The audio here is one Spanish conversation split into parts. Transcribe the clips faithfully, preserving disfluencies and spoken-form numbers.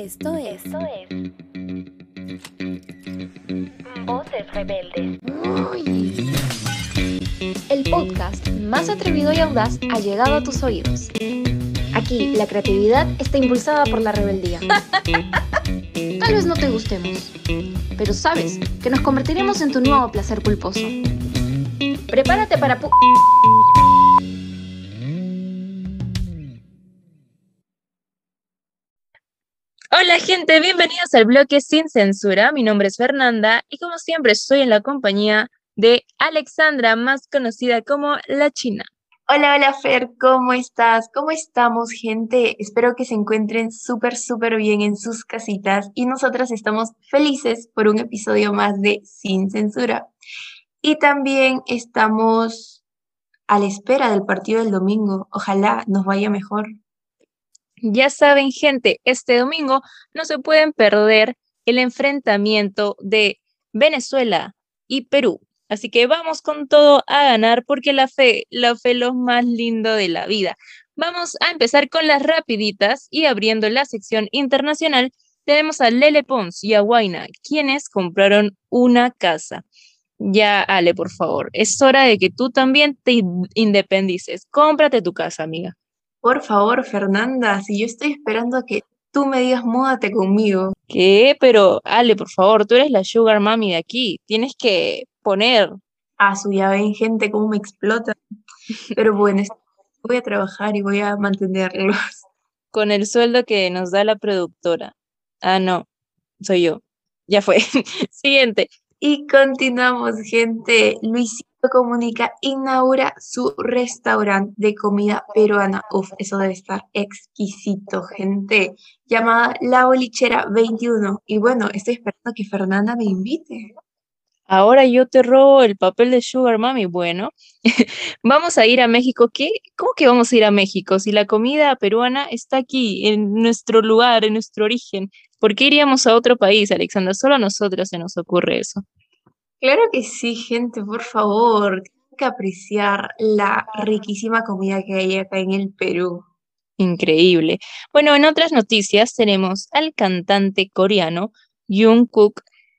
Esto es Esto es Voces Rebeldes. el podcast más atrevido y audaz ha llegado a tus oídos. Aquí la creatividad está impulsada por la rebeldía. Tal vez no te gustemos, pero sabes que nos convertiremos en tu nuevo placer culposo. Prepárate para pu... Hola gente, bienvenidos al bloque Sin Censura. Mi nombre es Fernanda y como siempre estoy en la compañía de Alexandra, más conocida como La China. Hola, hola Fer, ¿cómo estás? ¿Cómo estamos, gente? Espero que se encuentren súper, súper bien en sus casitas y nosotras estamos felices por un episodio más de Sin Censura. Y también estamos a la espera del partido del domingo. Ojalá nos vaya mejor. Ya saben gente, este domingo no se pueden perder el enfrentamiento de Venezuela y Perú. Así que vamos con todo a ganar porque la fe, la fe es lo más lindo de la vida. Vamos a empezar con las rapiditas y abriendo la sección internacional tenemos a Lele Pons y a Huayna, quienes compraron una casa. Ya, Ale, por favor, es hora de que tú también te independices. Cómprate tu casa, amiga. Por favor, Fernanda, si yo estoy esperando a que tú me digas múdate conmigo. ¿Qué? Pero, Ale, por favor, tú eres la sugar mami de aquí. Tienes que poner. Ah, su ya ven, gente, cómo me explota. Pero bueno, voy a trabajar y voy a mantenerlos. Con el sueldo que nos da la productora. Ah, no, soy yo. Ya fue. Siguiente. Y continuamos, gente. Luisito Comunica inaugura su restaurante de comida peruana. Uf, eso debe estar exquisito, gente. Llamada La Bolichera veintiuno. Y bueno, estoy esperando que Fernanda me invite. Ahora yo te robo el papel de sugar mami. Bueno, vamos a ir a México. ¿Qué? ¿Cómo que vamos a ir a México si la comida peruana está aquí, en nuestro lugar, en nuestro origen? ¿Por qué iríamos a otro país, Alexandra? Solo a nosotros se nos ocurre eso. Claro que sí, gente, por favor. Tienen que apreciar la riquísima comida que hay acá en el Perú. Increíble. Bueno, en otras noticias tenemos al cantante coreano Jungkook,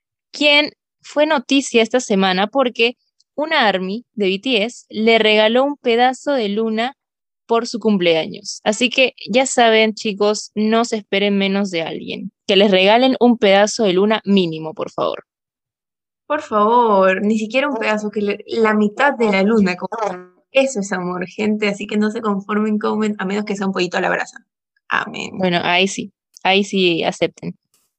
quien fue noticia esta semana porque una ARMY de B T S le regaló un pedazo de luna por su cumpleaños. Así que ya saben, chicos, no se esperen menos de alguien. Que les regalen un pedazo de luna mínimo, por favor. Por favor, ni siquiera un pedazo, que le- la mitad de la luna. como- Eso es amor, gente. Así que no se conformen con, a menos que sea un pollito a la brasa. Amén. Bueno, ahí sí, ahí sí acepten.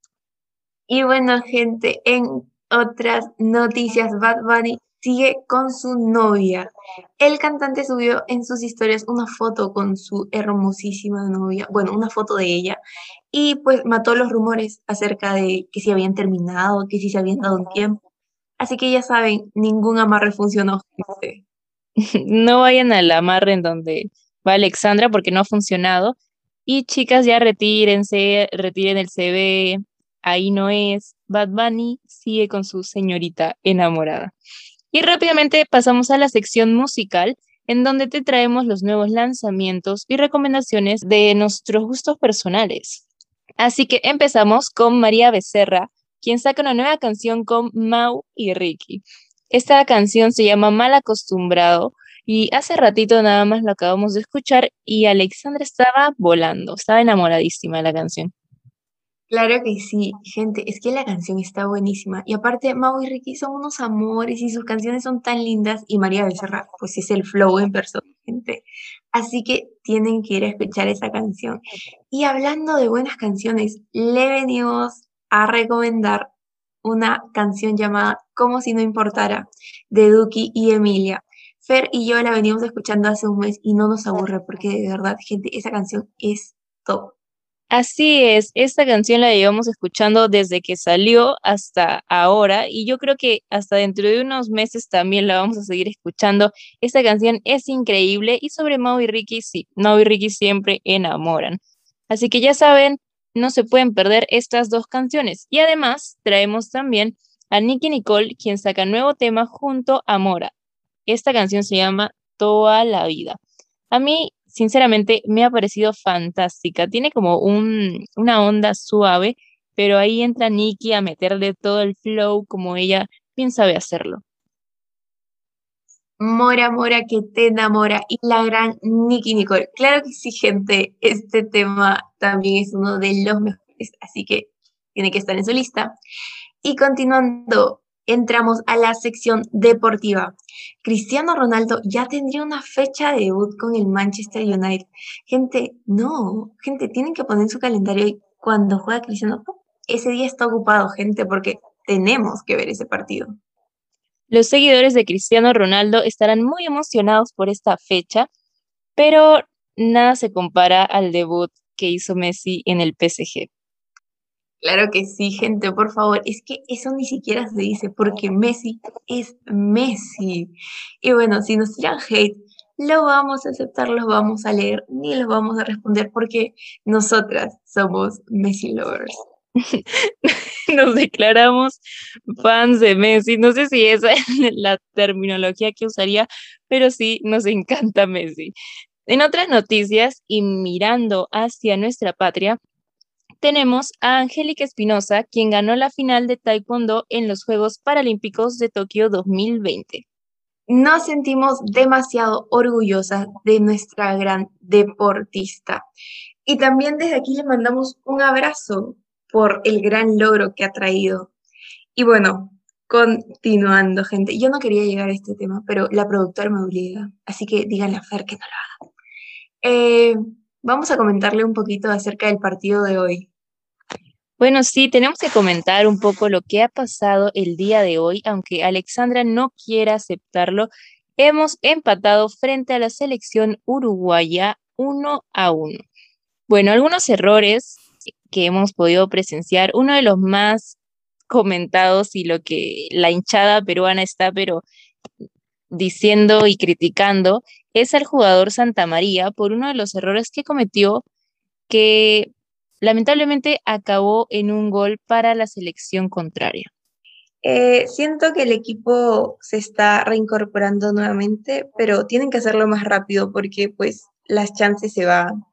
Y bueno, gente, en otras noticias, Bad Bunny sigue con su novia. El cantante subió en sus historias una foto con su hermosísima novia, bueno, una foto de ella, y pues mató los rumores acerca de que si habían terminado, que si se habían dado un tiempo. Así que ya saben, ningún amarre funcionó, gente. No vayan al amarre en donde va Alexandra porque no ha funcionado. Y chicas, ya retírense, retiren el C V, ahí no es. Bad Bunny sigue con su señorita enamorada. Y rápidamente pasamos a la sección musical, en donde te traemos los nuevos lanzamientos y recomendaciones de nuestros gustos personales. Así que empezamos con María Becerra, quien saca una nueva canción con Mau y Ricky. Esta canción se llama Mal Acostumbrado y hace ratito nada más lo acabamos de escuchar y Alexandra estaba volando, estaba enamoradísima de la canción. Claro que sí, gente, es que la canción está buenísima. Y aparte, Mau y Ricky son unos amores y sus canciones son tan lindas. Y María Becerra, pues es el flow en persona, gente. Así que tienen que ir a escuchar esa canción. Y hablando de buenas canciones, le venimos a recomendar una canción llamada Como si no importara, de Duki y Emilia. Fer y yo la venimos escuchando hace un mes y no nos aburre porque de verdad, gente, esa canción es top. Así es, esta canción la llevamos escuchando desde que salió hasta ahora y yo creo que hasta dentro de unos meses también la vamos a seguir escuchando. Esta canción es increíble y sobre Mau y Ricky, sí, Mau y Ricky siempre enamoran. Así que ya saben, no se pueden perder estas dos canciones. Y además traemos también a Nicki Nicole, quien saca nuevo tema junto a Mora. Esta canción se llama Toda la vida. A mí sinceramente me ha parecido fantástica. Tiene como un, una onda suave, pero ahí entra Nikki a meterle todo el flow como ella bien sabe hacerlo. Mora, Mora, que te enamora. Y la gran Nicki Nicole. Claro que sí, gente. Este tema también es uno de los mejores, así que tiene que estar en su lista. Y continuando, entramos a la sección deportiva. Cristiano Ronaldo ya tendría una fecha de debut con el Manchester United. Gente, no, gente, tienen que poner en su calendario y cuando juega Cristiano, ¡pum! Ese día está ocupado, gente, porque tenemos que ver ese partido. Los seguidores de Cristiano Ronaldo estarán muy emocionados por esta fecha, pero nada se compara al debut que hizo Messi en el P S G. Claro que sí, gente, por favor. Es que eso ni siquiera se dice porque Messi es Messi. Y bueno, si nos tiran hate, lo vamos a aceptar, los vamos a leer, ni los vamos a responder porque nosotras somos Messi lovers. Nos declaramos fans de Messi. No sé si esa es la terminología que usaría, pero sí, nos encanta Messi. En otras noticias, y mirando hacia nuestra patria, tenemos a Angélica Espinosa, quien ganó la final de Taekwondo en los Juegos Paralímpicos de Tokio dos mil veinte. Nos sentimos demasiado orgullosas de nuestra gran deportista. Y también desde aquí le mandamos un abrazo por el gran logro que ha traído. Y bueno, continuando, gente. Yo no quería llegar a este tema, pero la productora me obliga. Así que díganle a Fer que no lo haga. Eh, vamos a comentarle un poquito acerca del partido de hoy. Bueno, sí, tenemos que comentar un poco lo que ha pasado el día de hoy, aunque Alexandra no quiera aceptarlo. Hemos empatado frente a la selección uruguaya uno a uno. Bueno, algunos errores que hemos podido presenciar. Uno de los más comentados y lo que la hinchada peruana está, pero diciendo y criticando, es al jugador Santa María por uno de los errores que cometió que lamentablemente acabó en un gol para la selección contraria. Eh, siento que el equipo se está reincorporando nuevamente, pero tienen que hacerlo más rápido porque pues las chances se van.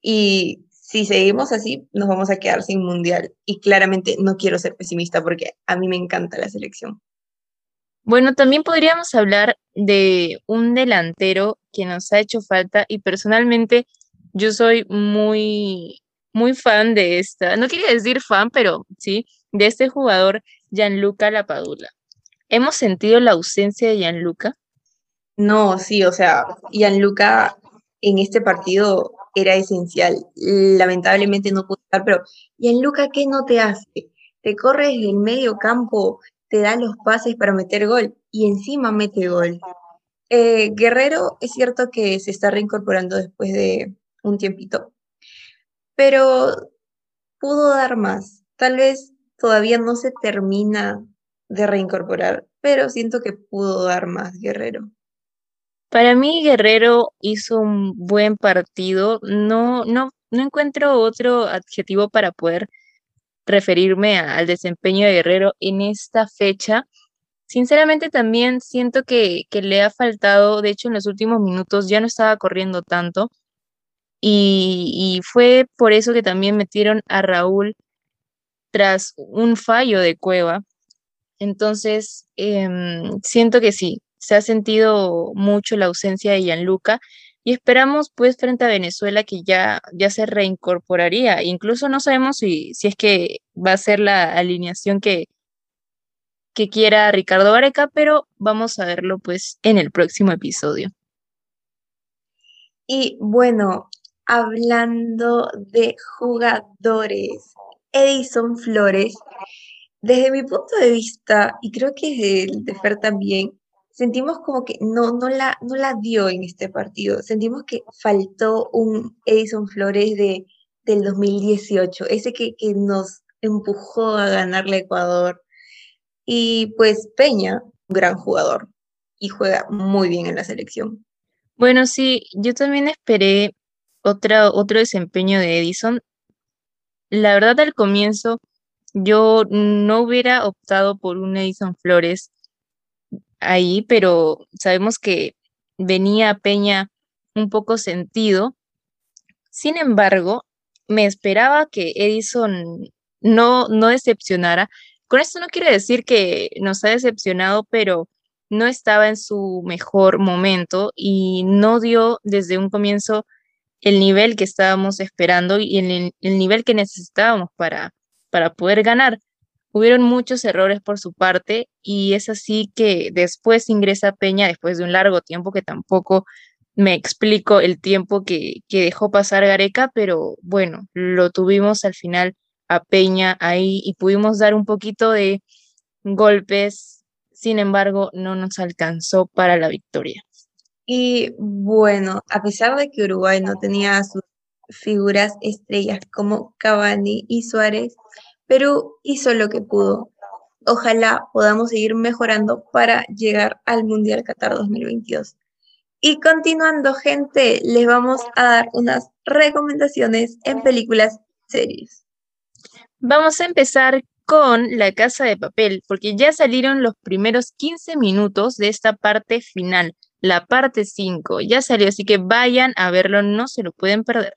Y si seguimos así, nos vamos a quedar sin mundial. Y claramente no quiero ser pesimista porque a mí me encanta la selección. Bueno, también podríamos hablar de un delantero que nos ha hecho falta y personalmente yo soy muy, muy fan de esta, no quería decir fan, pero sí, de este jugador, Gianluca Lapadula. ¿Hemos sentido la ausencia de Gianluca? No, sí, o sea, Gianluca en este partido era esencial. Lamentablemente no pudo estar, pero Gianluca, ¿qué no te hace? Te corres en el medio campo, te da los pases para meter gol y encima mete gol. Eh, Guerrero es cierto que se está reincorporando después de un tiempito, pero pudo dar más. Tal vez todavía no se termina de reincorporar, pero siento que pudo dar más Guerrero. Para mí, Guerrero hizo un buen partido. No, no, no encuentro otro adjetivo para poder referirme a- al desempeño de Guerrero en esta fecha. Sinceramente también siento que, que le ha faltado, de hecho en los últimos minutos ya no estaba corriendo tanto y, y fue por eso que también metieron a Raúl tras un fallo de Cueva. Entonces, em, siento que sí, se ha sentido mucho la ausencia de Gianluca y esperamos pues frente a Venezuela que ya, ya se reincorporaría. Incluso no sabemos si, si es que va a ser la alineación que, que quiera Ricardo Gareca, pero vamos a verlo pues en el próximo episodio. Y bueno, hablando de jugadores, Edison Flores, desde mi punto de vista, y creo que desde el de Fer también, sentimos como que no, no la, no la dio en este partido. Sentimos que faltó un Edison Flores de, del dos mil dieciocho, ese que, que nos empujó a ganarle a Ecuador. Y pues Peña, un gran jugador, y juega muy bien en la selección. Bueno, sí, yo también esperé otra, otro desempeño de Edison. La verdad, al comienzo yo no hubiera optado por un Edison Flores ahí, pero sabemos que venía Peña un poco sentido. Sin embargo, me esperaba que Edison no, no decepcionara. Con esto no quiere decir que nos ha decepcionado, pero no estaba en su mejor momento y no dio desde un comienzo el nivel que estábamos esperando y el, el nivel que necesitábamos para, para poder ganar. Hubieron muchos errores por su parte y es así que después ingresa Peña después de un largo tiempo que tampoco me explico el tiempo que, que dejó pasar Gareca, pero bueno, lo tuvimos al final a Peña ahí y pudimos dar un poquito de golpes, sin embargo, no nos alcanzó para la victoria. Y bueno, a pesar de que Uruguay no tenía a sus figuras estrellas como Cavani y Suárez, Perú hizo lo que pudo. Ojalá podamos seguir mejorando para llegar al Mundial Qatar dos mil veintidós. Y continuando, gente, les vamos a dar unas recomendaciones en películas y series. Vamos a empezar con La Casa de Papel, porque ya salieron los primeros quince minutos de esta parte final, la parte cinco, ya salió, así que vayan a verlo, no se lo pueden perder.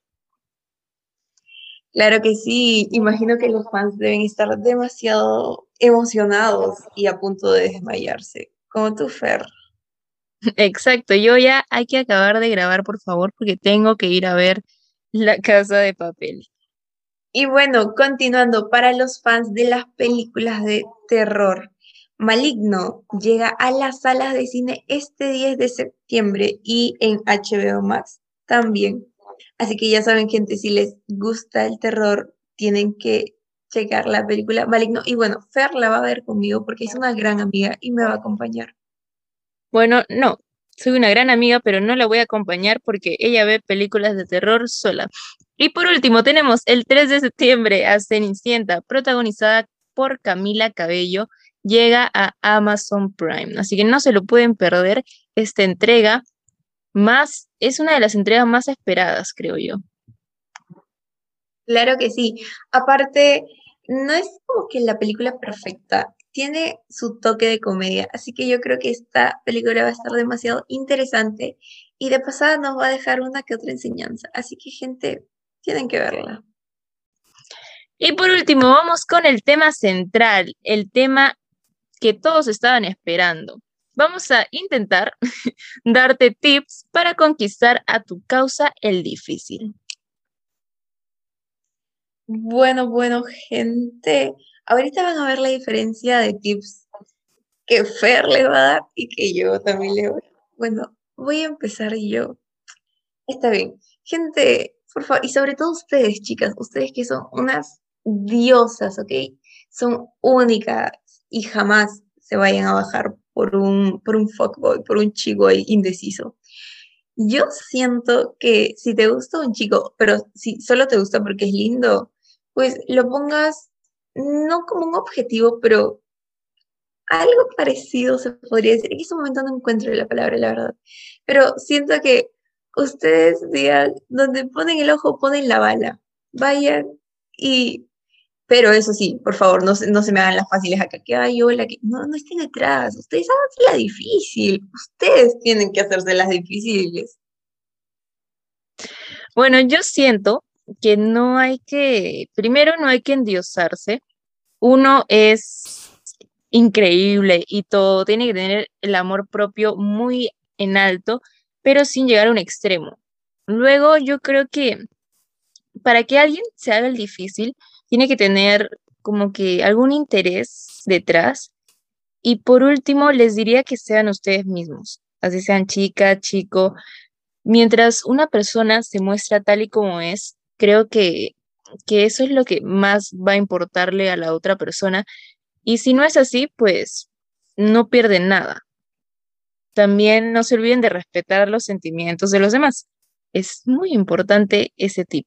Claro que sí, imagino que los fans deben estar demasiado emocionados y a punto de desmayarse, como tú, Fer. Exacto, yo ya hay que acabar de grabar, por favor, porque tengo que ir a ver La Casa de Papel. Y bueno, continuando, para los fans de las películas de terror, Maligno llega a las salas de cine este diez de septiembre y en H B O Max también. Así que ya saben, gente, si les gusta el terror, tienen que checar la película Maligno. Y bueno, Fer la va a ver conmigo porque es una gran amiga y me va a acompañar. Bueno, no, soy una gran amiga, pero no la voy a acompañar porque ella ve películas de terror sola. Y por último, tenemos el tres de septiembre a Cenicienta, protagonizada por Camila Cabello, llega a Amazon Prime. Así que no se lo pueden perder esta entrega. Más, es una de las entregas más esperadas, creo yo. Claro que sí. Aparte, no es como que la película perfecta, tiene su toque de comedia, así que yo creo que esta película va a estar demasiado interesante y de pasada nos va a dejar una que otra enseñanza. Así que, gente, tienen que verla. Y por último, vamos con el tema central, el tema que todos estaban esperando. Vamos a intentar darte tips para conquistar a tu causa el difícil. Bueno, bueno, gente, ahorita van a ver la diferencia de tips que Fer le va a dar y que yo también le voy a dar. Bueno, voy a empezar yo. Está bien. Gente, por favor, y sobre todo ustedes, chicas, ustedes que son unas diosas, ¿ok? Son únicas y jamás se vayan a bajar por un, por un fuckboy, por un chico ahí indeciso. Yo siento que si te gusta un chico, pero si solo te gusta porque es lindo, pues lo pongas no como un objetivo, pero algo parecido se podría decir. En este momento no encuentro la palabra, la verdad. Pero siento que ustedes digan, donde ponen el ojo, ponen la bala. Vayan y... Pero eso sí, por favor, no, se- no se me hagan las fáciles acá, que ay, hola, que no, no estén atrás. Ustedes háganse la difícil. Ustedes tienen que hacerse las difíciles. Bueno, yo siento que no hay que, primero no hay que endiosarse. Uno es increíble y todo, tiene que tener el amor propio muy en alto, pero sin llegar a un extremo. Luego, yo creo que para que alguien se haga el difícil, tiene que tener como que algún interés detrás. Y por último, les diría que sean ustedes mismos, así sean chica, chico. Mientras una persona se muestra tal y como es, creo que, que eso es lo que más va a importarle a la otra persona. Y si no es así, pues no pierden nada. También no se olviden de respetar los sentimientos de los demás. Es muy importante ese tip.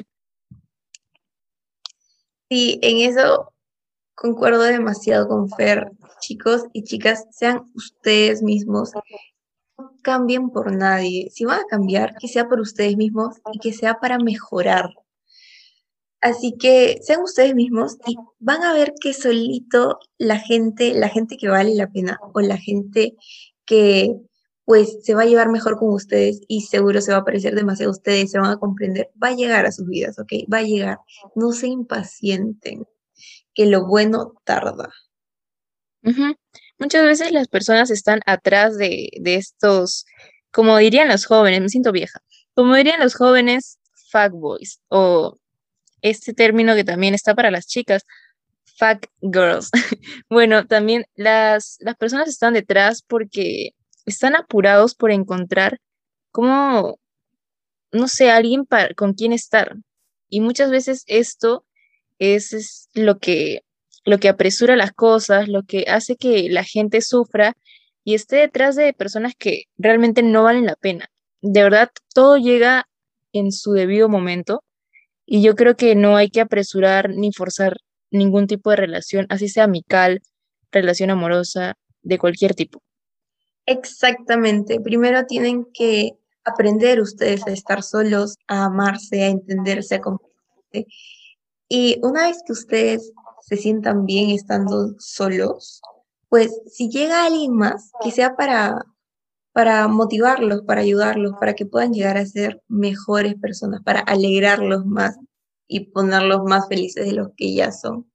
Sí, en eso concuerdo demasiado con Fer. Chicos y chicas, sean ustedes mismos. No cambien por nadie. Si van a cambiar, que sea por ustedes mismos y que sea para mejorar. Así que sean ustedes mismos y van a ver que solito la gente, la gente que vale la pena o la gente que pues se va a llevar mejor con ustedes y seguro se va a parecer demasiado a ustedes, se van a comprender, va a llegar a sus vidas, ¿ok? Va a llegar. No se impacienten, que lo bueno tarda. Ujú. Muchas veces las personas están atrás de, de estos, como dirían los jóvenes, me siento vieja, como dirían los jóvenes, fuckboys, o este término que también está para las chicas, fuck girls. Bueno, también las, las personas están detrás porque están apurados por encontrar como, no sé, alguien para, con quien estar. Y muchas veces esto es, es lo que, lo que apresura las cosas, lo que hace que la gente sufra y esté detrás de personas que realmente no valen la pena. De verdad, todo llega en su debido momento y yo creo que no hay que apresurar ni forzar ningún tipo de relación, así sea amical, relación amorosa, de cualquier tipo. Exactamente. Primero tienen que aprender ustedes a estar solos, a amarse, a entenderse, a comprenderse. Y una vez que ustedes se sientan bien estando solos, pues si llega alguien más, que sea para, para motivarlos, para ayudarlos, para que puedan llegar a ser mejores personas, para alegrarlos más y ponerlos más felices de los que ya son.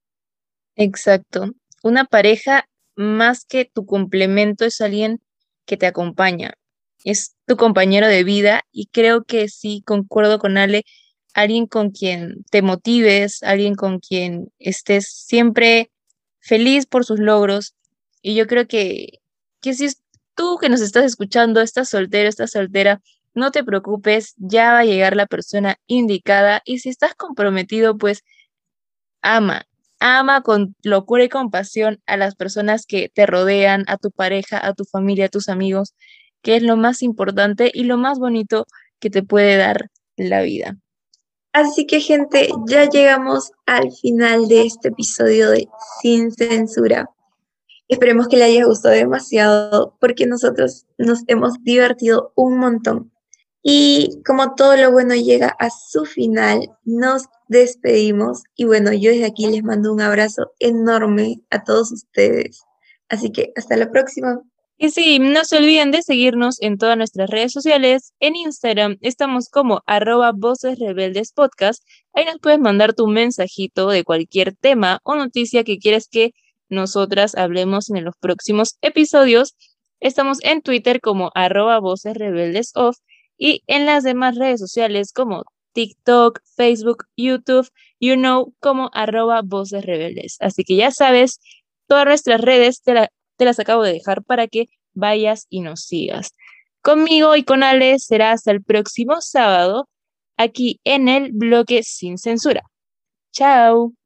Exacto. Una pareja, más que tu complemento, es alguien que te acompaña, es tu compañero de vida y creo que sí, concuerdo con Ale, alguien con quien te motives, alguien con quien estés siempre feliz por sus logros. Y yo creo que, que si es tú que nos estás escuchando, estás soltero, estás soltera, no te preocupes, ya va a llegar la persona indicada y si estás comprometido, pues ama, ama con locura y compasión a las personas que te rodean, a tu pareja, a tu familia, a tus amigos, que es lo más importante y lo más bonito que te puede dar la vida. Así que gente, ya llegamos al final de este episodio de Sin Censura. Esperemos que le haya gustado demasiado porque nosotros nos hemos divertido un montón. Y como todo lo bueno llega a su final, nos despedimos. Y bueno, yo desde aquí les mando un abrazo enorme a todos ustedes. Así que hasta la próxima. Y sí, no se olviden de seguirnos en todas nuestras redes sociales. En Instagram estamos como arroba Voces Rebeldes Podcast. Ahí nos puedes mandar tu mensajito de cualquier tema o noticia que quieres que nosotras hablemos en los próximos episodios. Estamos en Twitter como arroba Voces Rebeldes Off y en las demás redes sociales como TikTok, Facebook, YouTube, you know, como arroba Voces Rebeldes. Así que ya sabes, todas nuestras redes te, la, te las acabo de dejar para que vayas y nos sigas. Conmigo y con Ale será hasta el próximo sábado aquí en el bloque Sin Censura. Chao.